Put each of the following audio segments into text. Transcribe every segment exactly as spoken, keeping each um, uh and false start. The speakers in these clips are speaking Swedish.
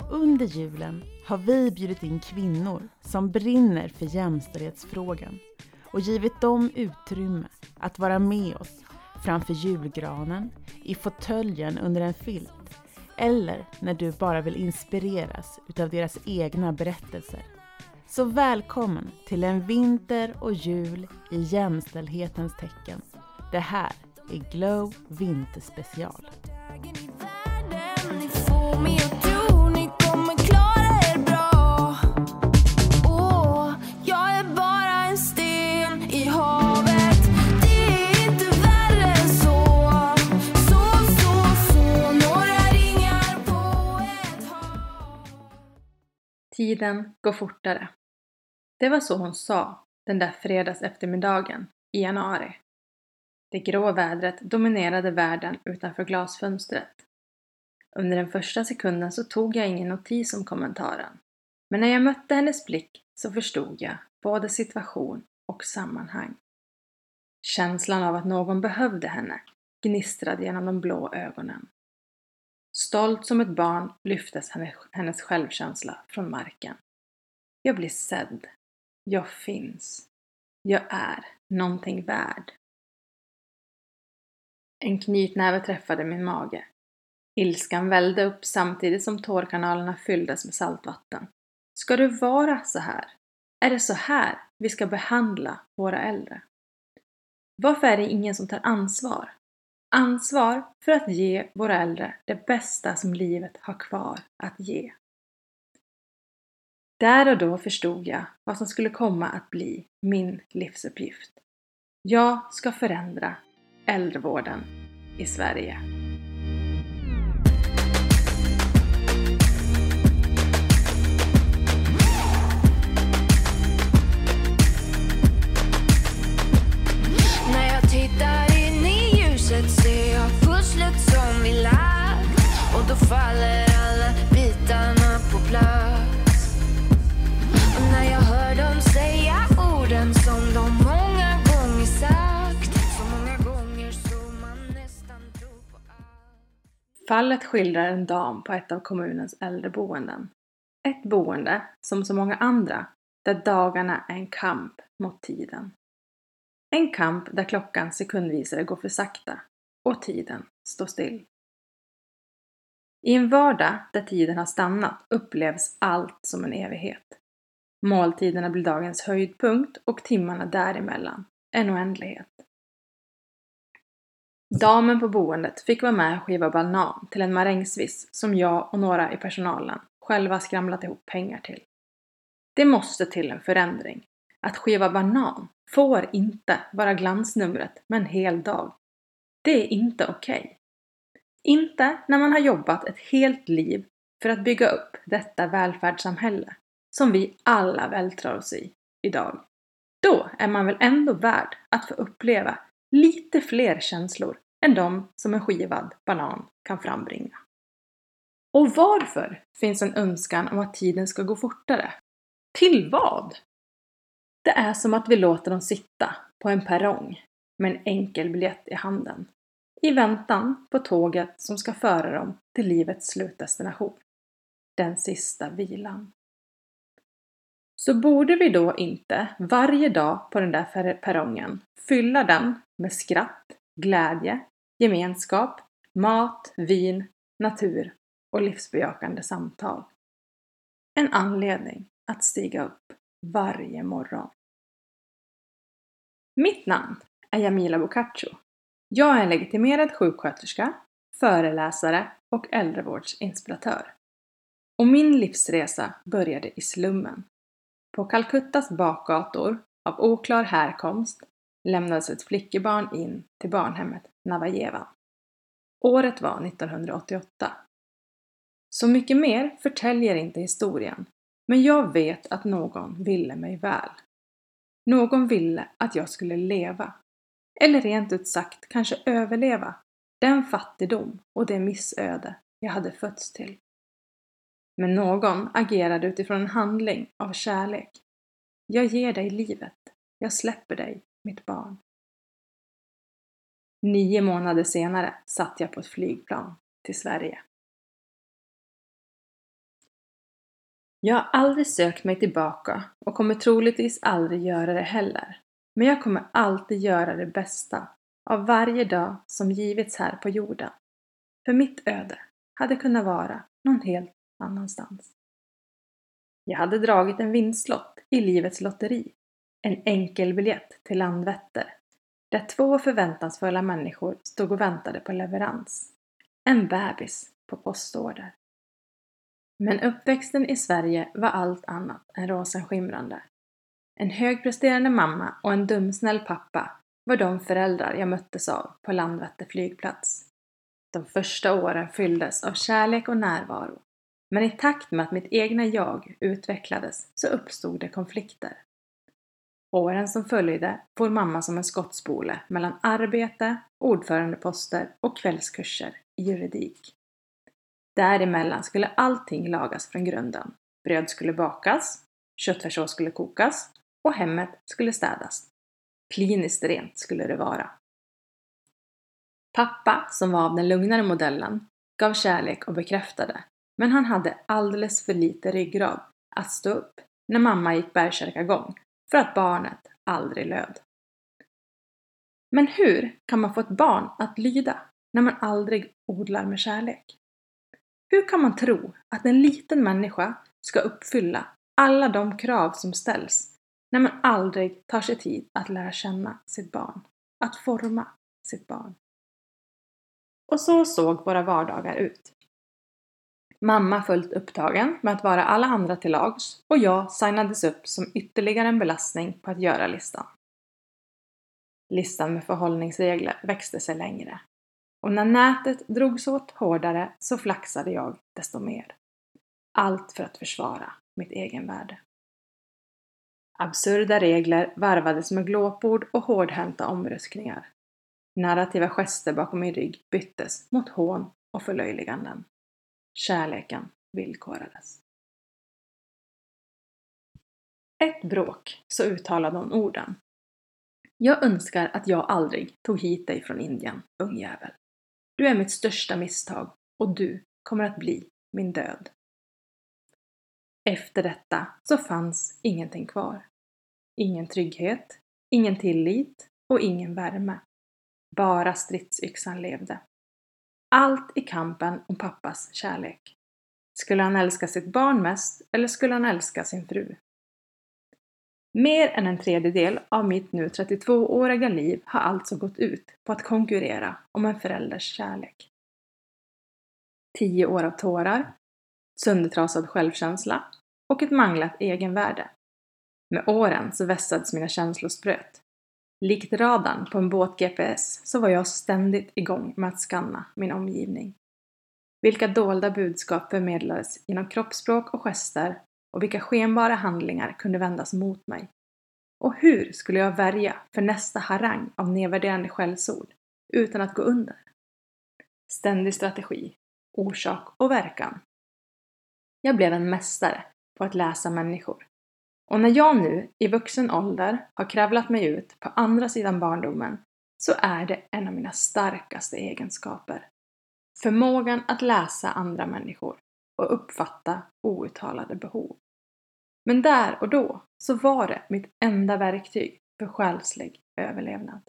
Under julen har vi bjudit in kvinnor som brinner för jämställdhetsfrågan och givit dem utrymme att vara med oss framför julgranen, i fåtöljen under en filt eller när du bara vill inspireras utav deras egna berättelser. Så välkommen till en vinter och jul i jämställdhetens tecken. Det här är Glow Vinterspecial. Tiden går fortare. Det var så hon sa den där fredags eftermiddagen i januari. Det grå vädret dominerade världen utanför glasfönstret. Under den första sekunden så tog jag ingen notis om kommentaren. Men när jag mötte hennes blick så förstod jag både situation och sammanhang. Känslan av att någon behövde henne gnistrade genom de blå ögonen. Stolt som ett barn lyftes hennes självkänsla från marken. Jag blir sedd. Jag finns. Jag är någonting värd. En knytnäve träffade min mage. Ilskan vällde upp samtidigt som tårkanalerna fylldes med saltvatten. Ska du vara så här? Är det så här vi ska behandla våra äldre? Varför är det ingen som tar ansvar? Ansvar för att ge våra äldre det bästa som livet har kvar att ge. Där och då förstod jag vad som skulle komma att bli min livsuppgift. Jag ska förändra äldrevården i Sverige. När jag tittar in i ljuset ser jag pusslet som vi lagt, och då faller alla bitarna på plats. Och när jag hör dem säga orden som de många gånger sagt, så många gånger så man nästan tror på allt. Fallet skildrar en dam på ett av kommunens äldreboenden. Ett boende som så många andra, där dagarna är en kamp mot tiden. En kamp där klockan sekundvisare går för sakta och tiden står still. I en vardag där tiden har stannat upplevs allt som en evighet. Måltiderna blir dagens höjdpunkt och timmarna däremellan en oändlighet. Damen på boendet fick vara med och skiva banan till en marängsviss som jag och några i personalen själva skramlat ihop pengar till. Det måste till en förändring. Att skiva banan får inte vara glansnumret med en hel dag. Det är inte okej. Inte när man har jobbat ett helt liv för att bygga upp detta välfärdssamhälle som vi alla vältrar oss i idag. Då är man väl ändå värd att få uppleva lite fler känslor än de som en skivad banan kan frambringa. Och varför finns en önskan om att tiden ska gå fortare? Till vad? Det är som att vi låter dem sitta på en perrong med en enkel biljett i handen, i väntan på tåget som ska föra dem till livets slutdestination. Den sista vilan. Så borde vi då inte varje dag på den där perrongen fylla den med skratt, glädje, gemenskap, mat, vin, natur och livsbejakande samtal. En anledning att stiga upp varje morgon. Mitt namn är Jamila Boccaccio. Jag är en legitimerad sjuksköterska, föreläsare och äldrevårdsinspiratör. Och min livsresa började i slummen. På Calcuttas bakgator av oklar härkomst lämnades ett flickebarn in till barnhemmet Navajevan. Året var nittonhundraåttioåtta. Så mycket mer förtäljer inte historien, men jag vet att någon ville mig väl. Någon ville att jag skulle leva, eller rent ut sagt kanske överleva, den fattigdom och det missöde jag hade fötts till. Men någon agerade utifrån en handling av kärlek. Jag ger dig livet, jag släpper dig, mitt barn. Nio månader senare satt jag på ett flygplan till Sverige. Jag har aldrig sökt mig tillbaka och kommer troligtvis aldrig göra det heller. Men jag kommer alltid göra det bästa av varje dag som givits här på jorden. För mitt öde hade kunnat vara någon helt annanstans. Jag hade dragit en vinstlott i livets lotteri. En enkel biljett till Landvetter. Där två förväntansfulla människor stod och väntade på leverans. En bebis på postorder. Men uppväxten i Sverige var allt annat än rosenskimrande. En högpresterande mamma och en dumsnäll pappa var de föräldrar jag möttes av på Landvetter flygplats. De första åren fylldes av kärlek och närvaro. Men i takt med att mitt egna jag utvecklades så uppstod det konflikter. Åren som följde får mamma som en skottspole mellan arbete, ordförandeposter och kvällskurser i juridik. Däremellan skulle allting lagas från grunden. Bröd skulle bakas, köttfärssås skulle kokas och hemmet skulle städas. Kliniskt rent skulle det vara. Pappa, som var av den lugnare modellen, gav kärlek och bekräftade. Men han hade alldeles för lite ryggrad att stå upp när mamma gick bärsärkagång för att barnet aldrig löd. Men hur kan man få ett barn att lyda när man aldrig odlar med kärlek? Hur kan man tro att en liten människa ska uppfylla alla de krav som ställs när man aldrig tar sig tid att lära känna sitt barn, att forma sitt barn? Och så såg våra vardagar ut. Mamma fullt upptagen med att vara alla andra till lags och jag signades upp som ytterligare en belastning på att göra listan. Listan med förhållningsregler växte sig längre. Och när nätet drogs åt hårdare så flaxade jag desto mer. Allt för att försvara mitt egenvärde. Absurda regler varvades med glåpord och hårdhänta omröskningar. Narrativa gester bakom min rygg byttes mot hån och förlöjliganden. Kärleken villkorades. Ett bråk så uttalade hon orden. Jag önskar att jag aldrig tog hit dig från Indien, ungjävel. Du är mitt största misstag och du kommer att bli min död. Efter detta så fanns ingenting kvar. Ingen trygghet, ingen tillit och ingen värme. Bara stridsyxan levde. Allt i kampen om pappas kärlek. Skulle han älska sitt barn mest eller skulle han älska sin fru? Mer än en tredjedel av mitt nu trettiotvååriga liv har alltså gått ut på att konkurrera om en förälders kärlek. Tio år av tårar, söndertrasad självkänsla och ett manglat egenvärde. Med åren så vässades mina känslospröt. Likt radarn på en båt-G P S så var jag ständigt igång med att skanna min omgivning. Vilka dolda budskap förmedlades genom kroppsspråk och gester och vilka skenbara handlingar kunde vändas mot mig. Och hur skulle jag värja för nästa harang av nedvärderande skällsord utan att gå under? Ständig strategi, orsak och verkan. Jag blev en mästare på att läsa människor. Och när jag nu i vuxen ålder har kravlat mig ut på andra sidan barndomen så är det en av mina starkaste egenskaper. Förmågan att läsa andra människor och uppfatta outtalade behov. Men där och då så var det mitt enda verktyg för själslig överlevnad.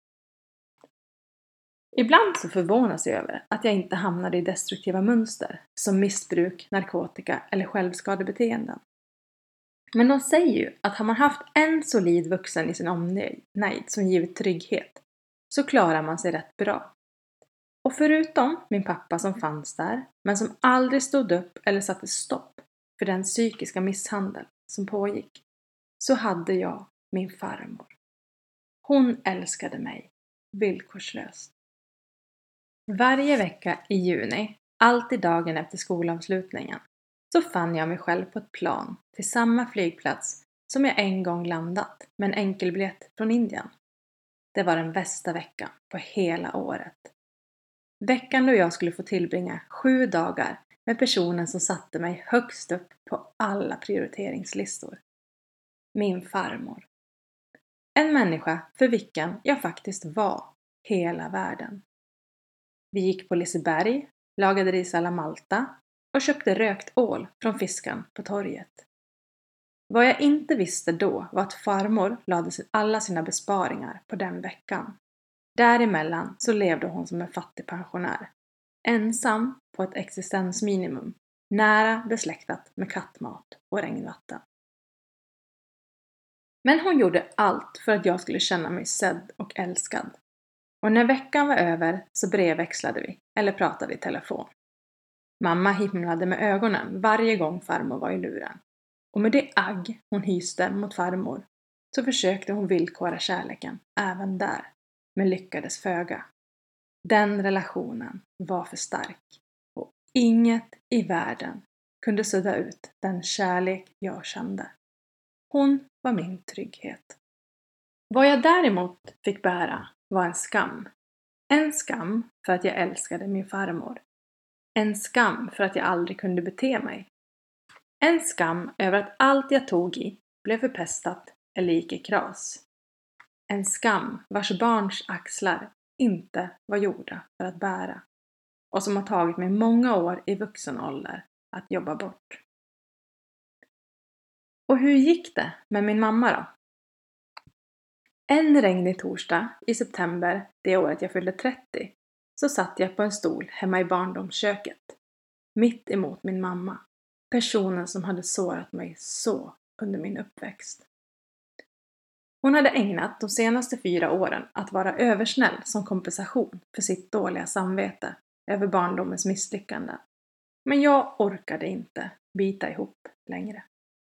Ibland så förvånas jag över att jag inte hamnade i destruktiva mönster som missbruk, narkotika eller självskadebeteenden. Men de säger ju att har man haft en solid vuxen i sin omnejd som givit trygghet så klarar man sig rätt bra. Och förutom min pappa som fanns där men som aldrig stod upp eller satte stopp för den psykiska misshandel som pågick så hade jag min farmor. Hon älskade mig villkorslöst. Varje vecka i juni, alltid dagen efter skolavslutningen, så fann jag mig själv på ett plan till samma flygplats som jag en gång landat med en enkelbiljett från Indien. Det var den bästa veckan på hela året. Veckan då jag skulle få tillbringa sju dagar med personen som satte mig högst upp på alla prioriteringslistor. Min farmor. En människa för vilken jag faktiskt var hela världen. Vi gick på Liseberg, lagade ris alla Malta och köpte rökt ål från fiskan på torget. Vad jag inte visste då var att farmor lade alla sina besparingar på den veckan. Däremellan så levde hon som en fattig pensionär, ensam på ett existensminimum, nära besläktat med kattmat och regnvatten. Men hon gjorde allt för att jag skulle känna mig sedd och älskad. Och när veckan var över så brevväxlade vi, eller pratade i telefon. Mamma himlade med ögonen varje gång farmor var i luren. Och med det agg hon hyste mot farmor så försökte hon villkora kärleken även där, men lyckades föga. Den relationen var för stark och inget i världen kunde sudda ut den kärlek jag kände. Hon var min trygghet. Vad jag däremot fick bära var en skam. En skam för att jag älskade min farmor. En skam för att jag aldrig kunde bete mig. En skam över att allt jag tog i blev förpestat eller gick i kras. En skam vars barns axlar inte var gjorda för att bära. Och som har tagit mig många år i vuxen ålder att jobba bort. Och hur gick det med min mamma då? En regnig torsdag i september det året jag fyllde trettio så satt jag på en stol hemma i barndomsköket. Mitt emot min mamma. Personen som hade sårat mig så under min uppväxt. Hon hade ägnat de senaste fyra åren att vara översnäll som kompensation för sitt dåliga samvete över barndomens misslyckanden. Men jag orkade inte bita ihop längre.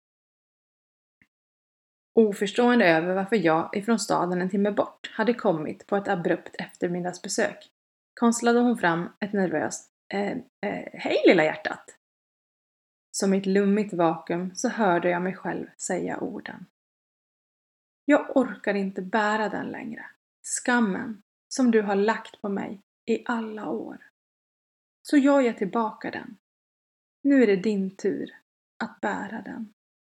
Oförstående över varför jag ifrån staden en timme bort hade kommit på ett abrupt eftermiddagsbesök konstlade hon fram ett nervöst eh, eh, hej lilla hjärtat. Som i ett lummigt vakuum så hörde jag mig själv säga orden. Jag orkar inte bära den längre. Skammen som du har lagt på mig i alla år. Så jag ger tillbaka den. Nu är det din tur att bära den.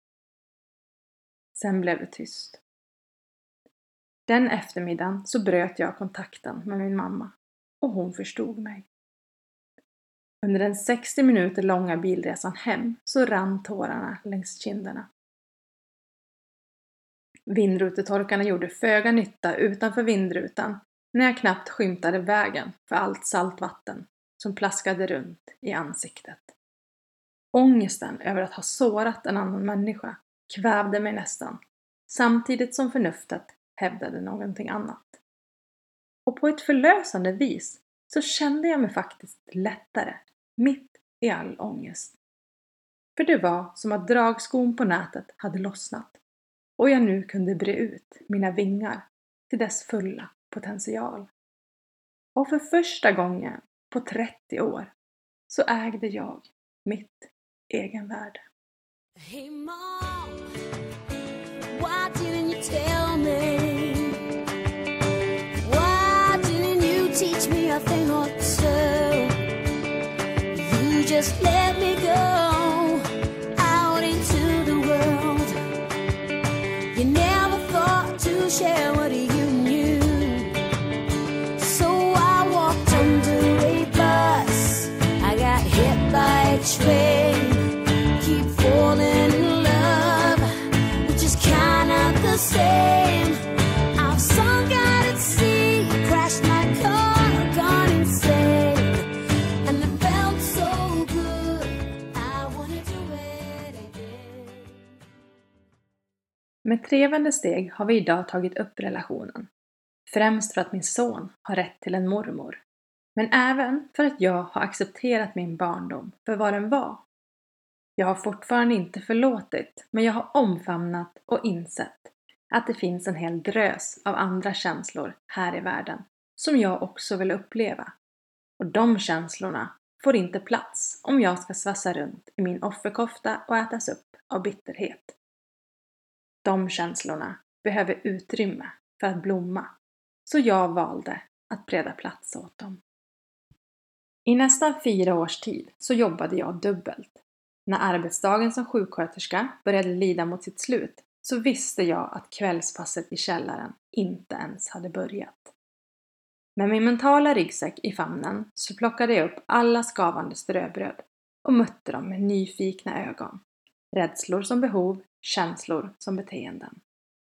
Sen blev det tyst. Den eftermiddagen så bröt jag kontakten med min mamma och hon förstod mig. Under den sextio minuter långa bilresan hem så rann tårarna längs kinderna. Vindrutetorkarna gjorde föga nytta utanför vindrutan när jag knappt skymtade vägen för allt saltvatten som plaskade runt i ansiktet. Ångesten över att ha sårat en annan människa kvävde mig nästan, samtidigt som förnuftet hävdade någonting annat. Och på ett förlösande vis så kände jag mig faktiskt lättare, mitt i all ångest. För det var som att dragskon på nätet hade lossnat och jag nu kunde bre ut mina vingar till dess fulla potential. Och för första gången på trettio år så ägde jag mitt egenvärde. Hey mom, why didn't you tell me? Why didn't you teach me a thing or two? You just let me go out into the world. You never thought to share what you knew. So I walked under a bus. I got hit by a train. Keep falling in love, which is kind of the same. I've sunk out at sea, crashed my car, gone insane. And it felt so good, I wanted to do it again. Med trevande steg har vi idag tagit upp relationen. Främst för att min son har rätt till en mormor. Men även för att jag har accepterat min barndom för vad den var. Jag har fortfarande inte förlåtit, men jag har omfamnat och insett att det finns en hel drös av andra känslor här i världen som jag också vill uppleva. Och de känslorna får inte plats om jag ska svassa runt i min offerkofta och ätas upp av bitterhet. De känslorna behöver utrymme för att blomma, så jag valde att bereda plats åt dem. I nästan fyra års tid så jobbade jag dubbelt. När arbetsdagen som sjuksköterska började lida mot sitt slut så visste jag att kvällspasset i källaren inte ens hade börjat. Med min mentala ryggsäck i famnen så plockade jag upp alla skavande ströbröd och mötte dem med nyfikna ögon. Rädslor som behov, känslor som beteenden.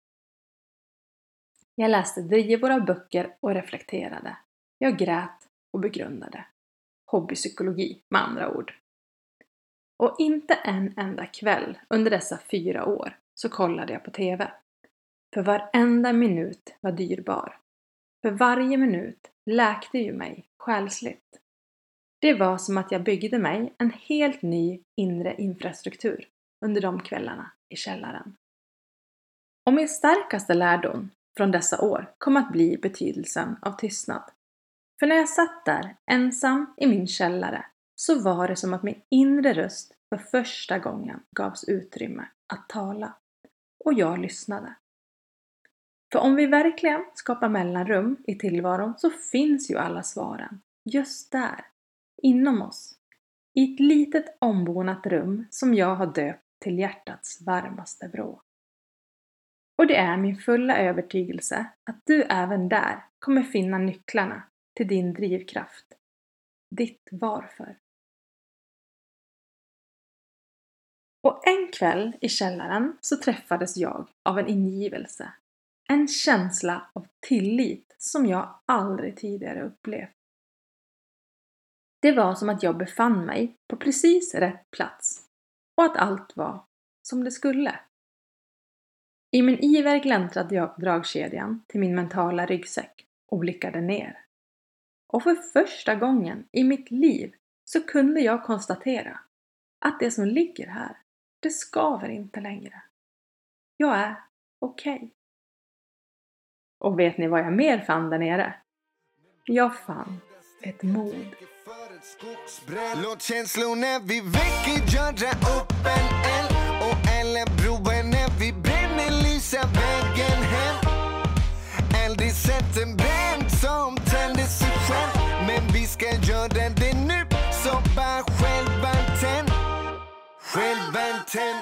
Jag läste drivor av böcker och reflekterade. Jag grät och begrundade. Hobbypsykologi med andra ord. Och inte en enda kväll under dessa fyra år så kollade jag på tv. För varenda minut var dyrbar. För varje minut läkte ju mig själsligt. Det var som att jag byggde mig en helt ny inre infrastruktur under de kvällarna i källaren. Och min starkaste lärdom från dessa år kom att bli betydelsen av tystnad. För när jag satt där ensam i min källare så var det som att min inre röst för första gången gavs utrymme att tala. Och jag lyssnade. För om vi verkligen skapar mellanrum i tillvaron så finns ju alla svaren just där, inom oss. I ett litet ombonat rum som jag har döpt till hjärtats varmaste vrå. Och det är min fulla övertygelse att du även där kommer finna nycklarna till din drivkraft. Ditt varför. Och en kväll i källaren så träffades jag av en ingivelse. En känsla av tillit som jag aldrig tidigare upplevt. Det var som att jag befann mig på precis rätt plats och att allt var som det skulle. I min iver gläntrade jag på dragkedjan till min mentala ryggsäck och blickade ner. Och för första gången i mitt liv så kunde jag konstatera att det som ligger här, det skaver inte längre. Jag är okej. Okay. Och vet ni vad jag mer fann där nere? Jag fann ett mod. Låt känslor när vi väcker göra upp en eld. Och eller broar när vi bränner lysa vägen hem. Eld i sätten bränd som tänder sig själv. Men vi ska göra det nu. Så bara själva tänd. Själva tänd.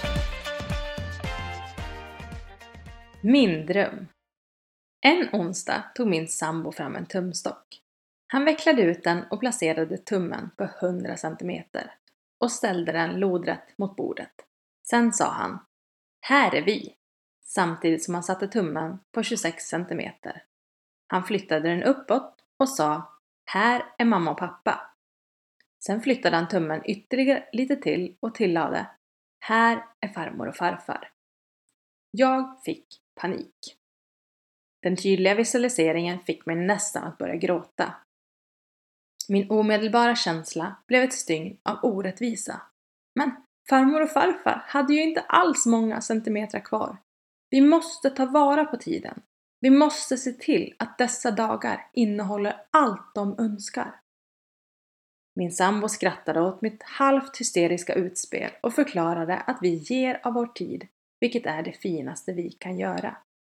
Min dröm. En onsdag tog min sambo fram en tumstock. Han vecklade ut den och placerade tummen på hundra centimeter och ställde den lodrätt mot bordet. Sen sa han, här är vi, samtidigt som han satte tummen på tjugosex centimeter. Han flyttade den uppåt och sa, här är mamma och pappa. Sen flyttade han tummen ytterligare lite till och tillade, här är farmor och farfar. Jag fick panik. Den tydliga visualiseringen fick mig nästan att börja gråta. Min omedelbara känsla blev ett stygn av orättvisa. Men farmor och farfar hade ju inte alls många centimeter kvar. Vi måste ta vara på tiden. Vi måste se till att dessa dagar innehåller allt de önskar. Min sambo skrattade åt mitt halvt hysteriska utspel och förklarade att vi ger av vår tid, vilket är det finaste vi kan göra.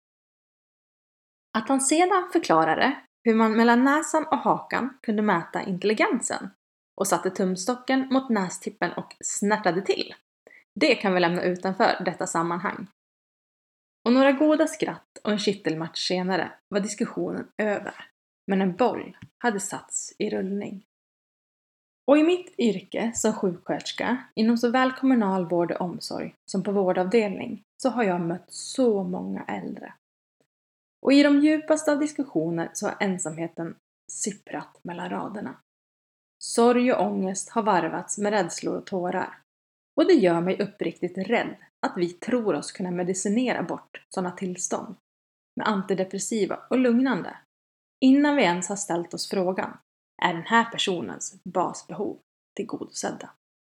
Att han sedan förklarade hur man mellan näsan och hakan kunde mäta intelligensen och satte tumstocken mot nästippen och snärtade till. Det kan vi lämna utanför detta sammanhang. Och några goda skratt och en kittelmatch senare var diskussionen över. Men en boll hade satts i rullning. Och i mitt yrke som sjuksköterska inom såväl kommunal vård och omsorg som på vårdavdelning så har jag mött så många äldre. Och i de djupaste av diskussioner så har ensamheten sipprat mellan raderna. Sorg och ångest har varvats med rädslor och tårar. Och det gör mig uppriktigt rädd att vi tror oss kunna medicinera bort sådana tillstånd med antidepressiva och lugnande innan vi ens har ställt oss frågan, är den här personens basbehov tillgodosedda?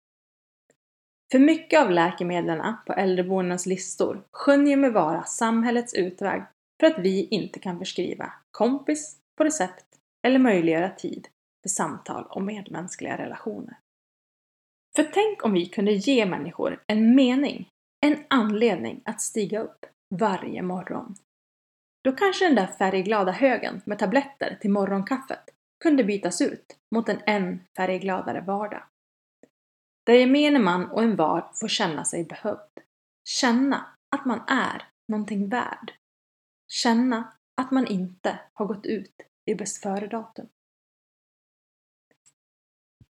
För mycket av läkemedlen på äldreboendens listor skönjer med vara samhällets utväg för att vi inte kan förskriva kompis på recept eller möjliggöra tid för samtal om medmänskliga relationer. För tänk om vi kunde ge människor en mening, en anledning att stiga upp varje morgon. Då kanske den där färgglada högen med tabletter till morgonkaffet kunde bytas ut mot en än färggladare vardag. Där gemene man och en var får känna sig behövd. Känna att man är någonting värd. Känna att man inte har gått ut i bäst före datum.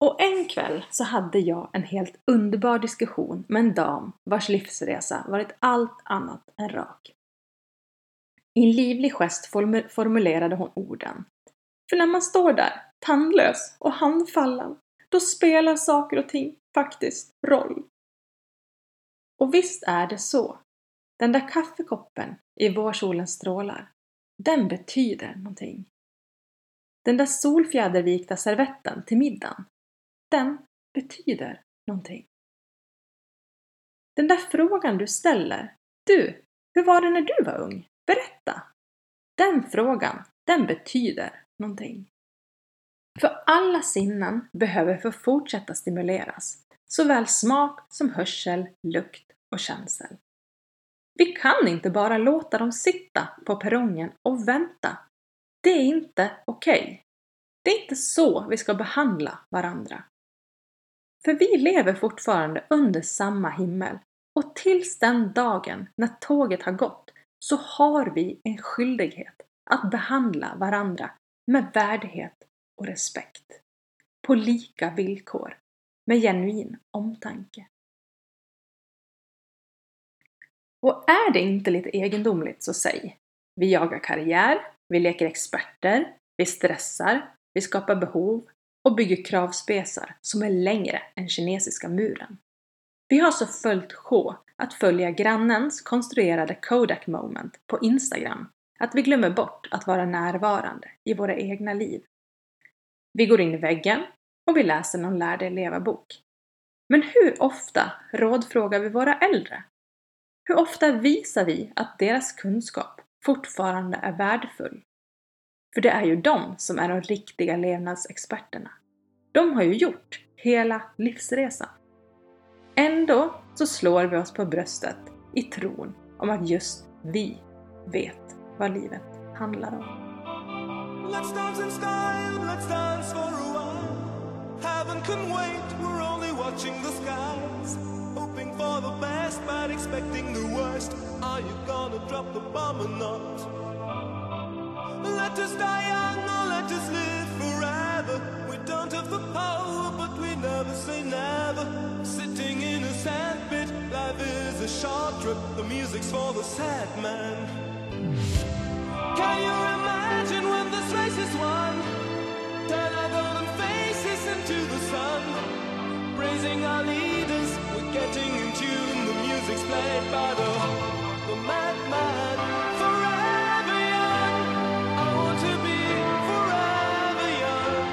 Och en kväll så hade jag en helt underbar diskussion med en dam vars livsresa varit allt annat än rak. I en livlig gest formulerade hon orden. För när man står där, tandlös och handfallen, då spelar saker och ting faktiskt roll. Och visst är det så. Den där kaffekoppen i vårsolens strålar, den betyder någonting. Den där solfjädervikta servetten till middagen, den betyder någonting. Den där frågan du ställer, du, hur var det när du var ung? Berätta! Den frågan, den betyder någonting. För alla sinnen behöver få fortsätta stimuleras, såväl smak som hörsel, lukt och känsel. Vi kan inte bara låta dem sitta på perrongen och vänta. Det är inte okej. Okay. Det är inte så vi ska behandla varandra. För vi lever fortfarande under samma himmel och tills den dagen när tåget har gått så har vi en skyldighet att behandla varandra med värdighet och respekt. På lika villkor, med genuin omtanke. Och är det inte lite egendomligt så säg. Vi jagar karriär, vi leker experter, vi stressar, vi skapar behov och bygger kravspesar som är längre än kinesiska muren. Vi har så följt sjå att följa grannens konstruerade Kodak moment på Instagram att vi glömmer bort att vara närvarande i våra egna liv. Vi går in i väggen och vi läser någon lär dig leva-bok. Men hur ofta rådfrågar vi våra äldre? Hur ofta visar vi att deras kunskap fortfarande är värdefull? För det är ju de som är de riktiga levnadsexperterna. De har ju gjort hela livsresan. Ändå så slår vi oss på bröstet i tron om att just vi vet vad livet handlar om. Let's dance in style, let's dance for a while. Heaven can wait, we're only watching the skies. Hoping for the best, but expecting the worst. Are you gonna drop the bomb or not? Let us die young or let us live forever. We don't have the power, but we never say never. Sitting in a sandpit, life is a short trip. The music's for the sad man. Can you imagine when this race is won? Turn our golden faces into the sun. Praising our leaders, we're getting in tune. The music's played by the, the madman. Forever young, I want to be forever young.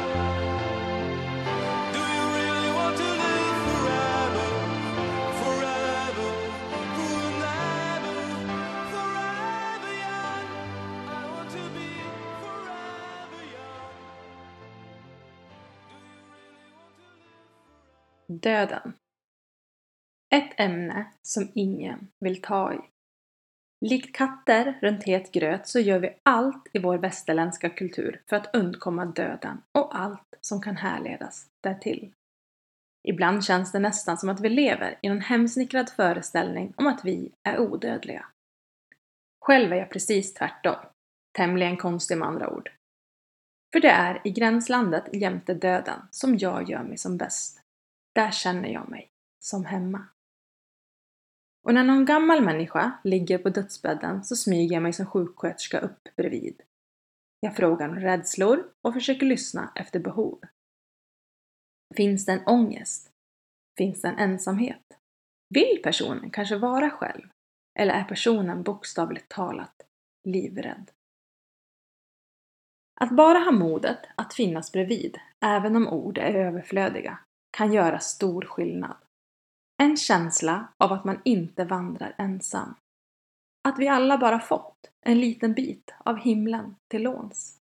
Do you really want to live forever? Forever, forever, forever young. I want to be forever young. Do you really want to live forever? Döden. Ett ämne som ingen vill ta i. Likt katter runt het gröt så gör vi allt i vår västerländska kultur för att undkomma döden och allt som kan härledas därtill. Ibland känns det nästan som att vi lever i en hemsnickrad föreställning om att vi är odödliga. Själv är jag precis tvärtom. Tämligen konstig med andra ord. För det är i gränslandet jämte döden som jag gör mig som bäst. Där känner jag mig som hemma. Och när någon gammal människa ligger på dödsbädden så smyger jag mig som sjuksköterska upp bredvid. Jag frågar om rädslor och försöker lyssna efter behov. Finns det en ångest? Finns det en ensamhet? Vill personen kanske vara själv? Eller är personen bokstavligt talat livrädd? Att bara ha modet att finnas bredvid, även om ord är överflödiga, kan göra stor skillnad. En känsla av att man inte vandrar ensam. Att vi alla bara fått en liten bit av himlen till låns.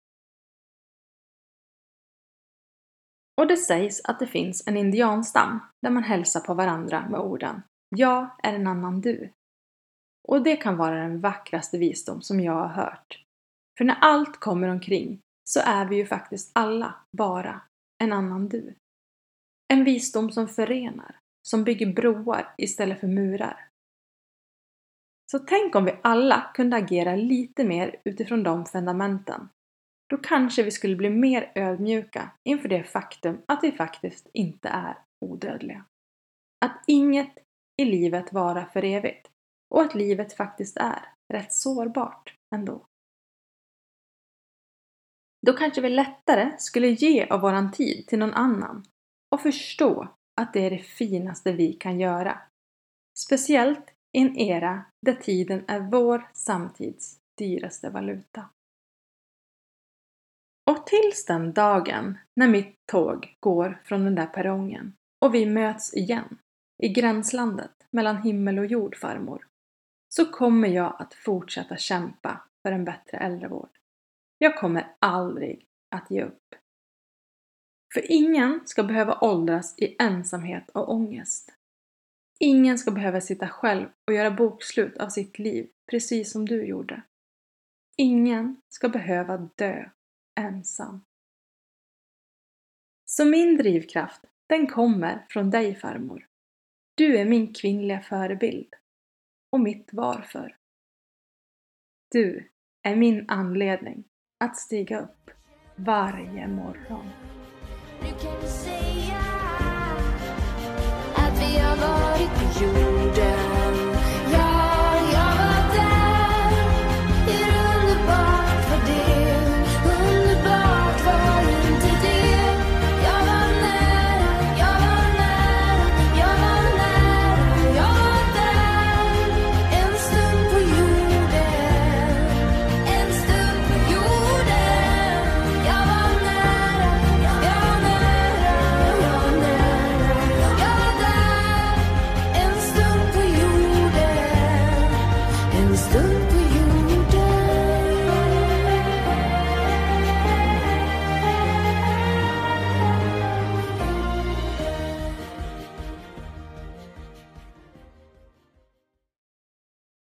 Och det sägs att det finns en indianstam där man hälsar på varandra med orden "Jag är en annan du". Och det kan vara den vackraste visdom som jag har hört. För när allt kommer omkring så är vi ju faktiskt alla bara en annan du. En visdom som förenar, som bygger broar istället för murar. Så tänk om vi alla kunde agera lite mer utifrån de fundamenten. då kanske vi skulle bli mer ödmjuka inför det faktum att vi faktiskt inte är odödliga. Att inget i livet varar för evigt och att livet faktiskt är rätt sårbart ändå. Då kanske vi lättare skulle ge av våran tid till någon annan och förstå att det är det finaste vi kan göra. Speciellt i en era där tiden är vår samtids dyraste valuta. Och tills den dagen när mitt tåg går från den där perrongen och vi möts igen i gränslandet mellan himmel och jord, farmor, så kommer jag att fortsätta kämpa för en bättre äldrevård. Jag kommer aldrig att ge upp. För ingen ska behöva åldras i ensamhet och ångest. Ingen ska behöva sitta själv och göra bokslut av sitt liv, precis som du gjorde. Ingen ska behöva dö ensam. Så min drivkraft, den kommer från dig, farmor. Du är min kvinnliga förebild. Och mitt varför. Du är min anledning att stiga upp varje morgon. Nu kan du säga att vi har varit på jorden. Ja, jag var där. Hur underbart var det? Underbart var inte det? Jag var nära, jag var nära, jag var nära, jag var där. En stund på jorden, en stund på jorden. Jag var nära, jag var nära, jag var nära, jag var där. En stund på jorden, en stund på jorden.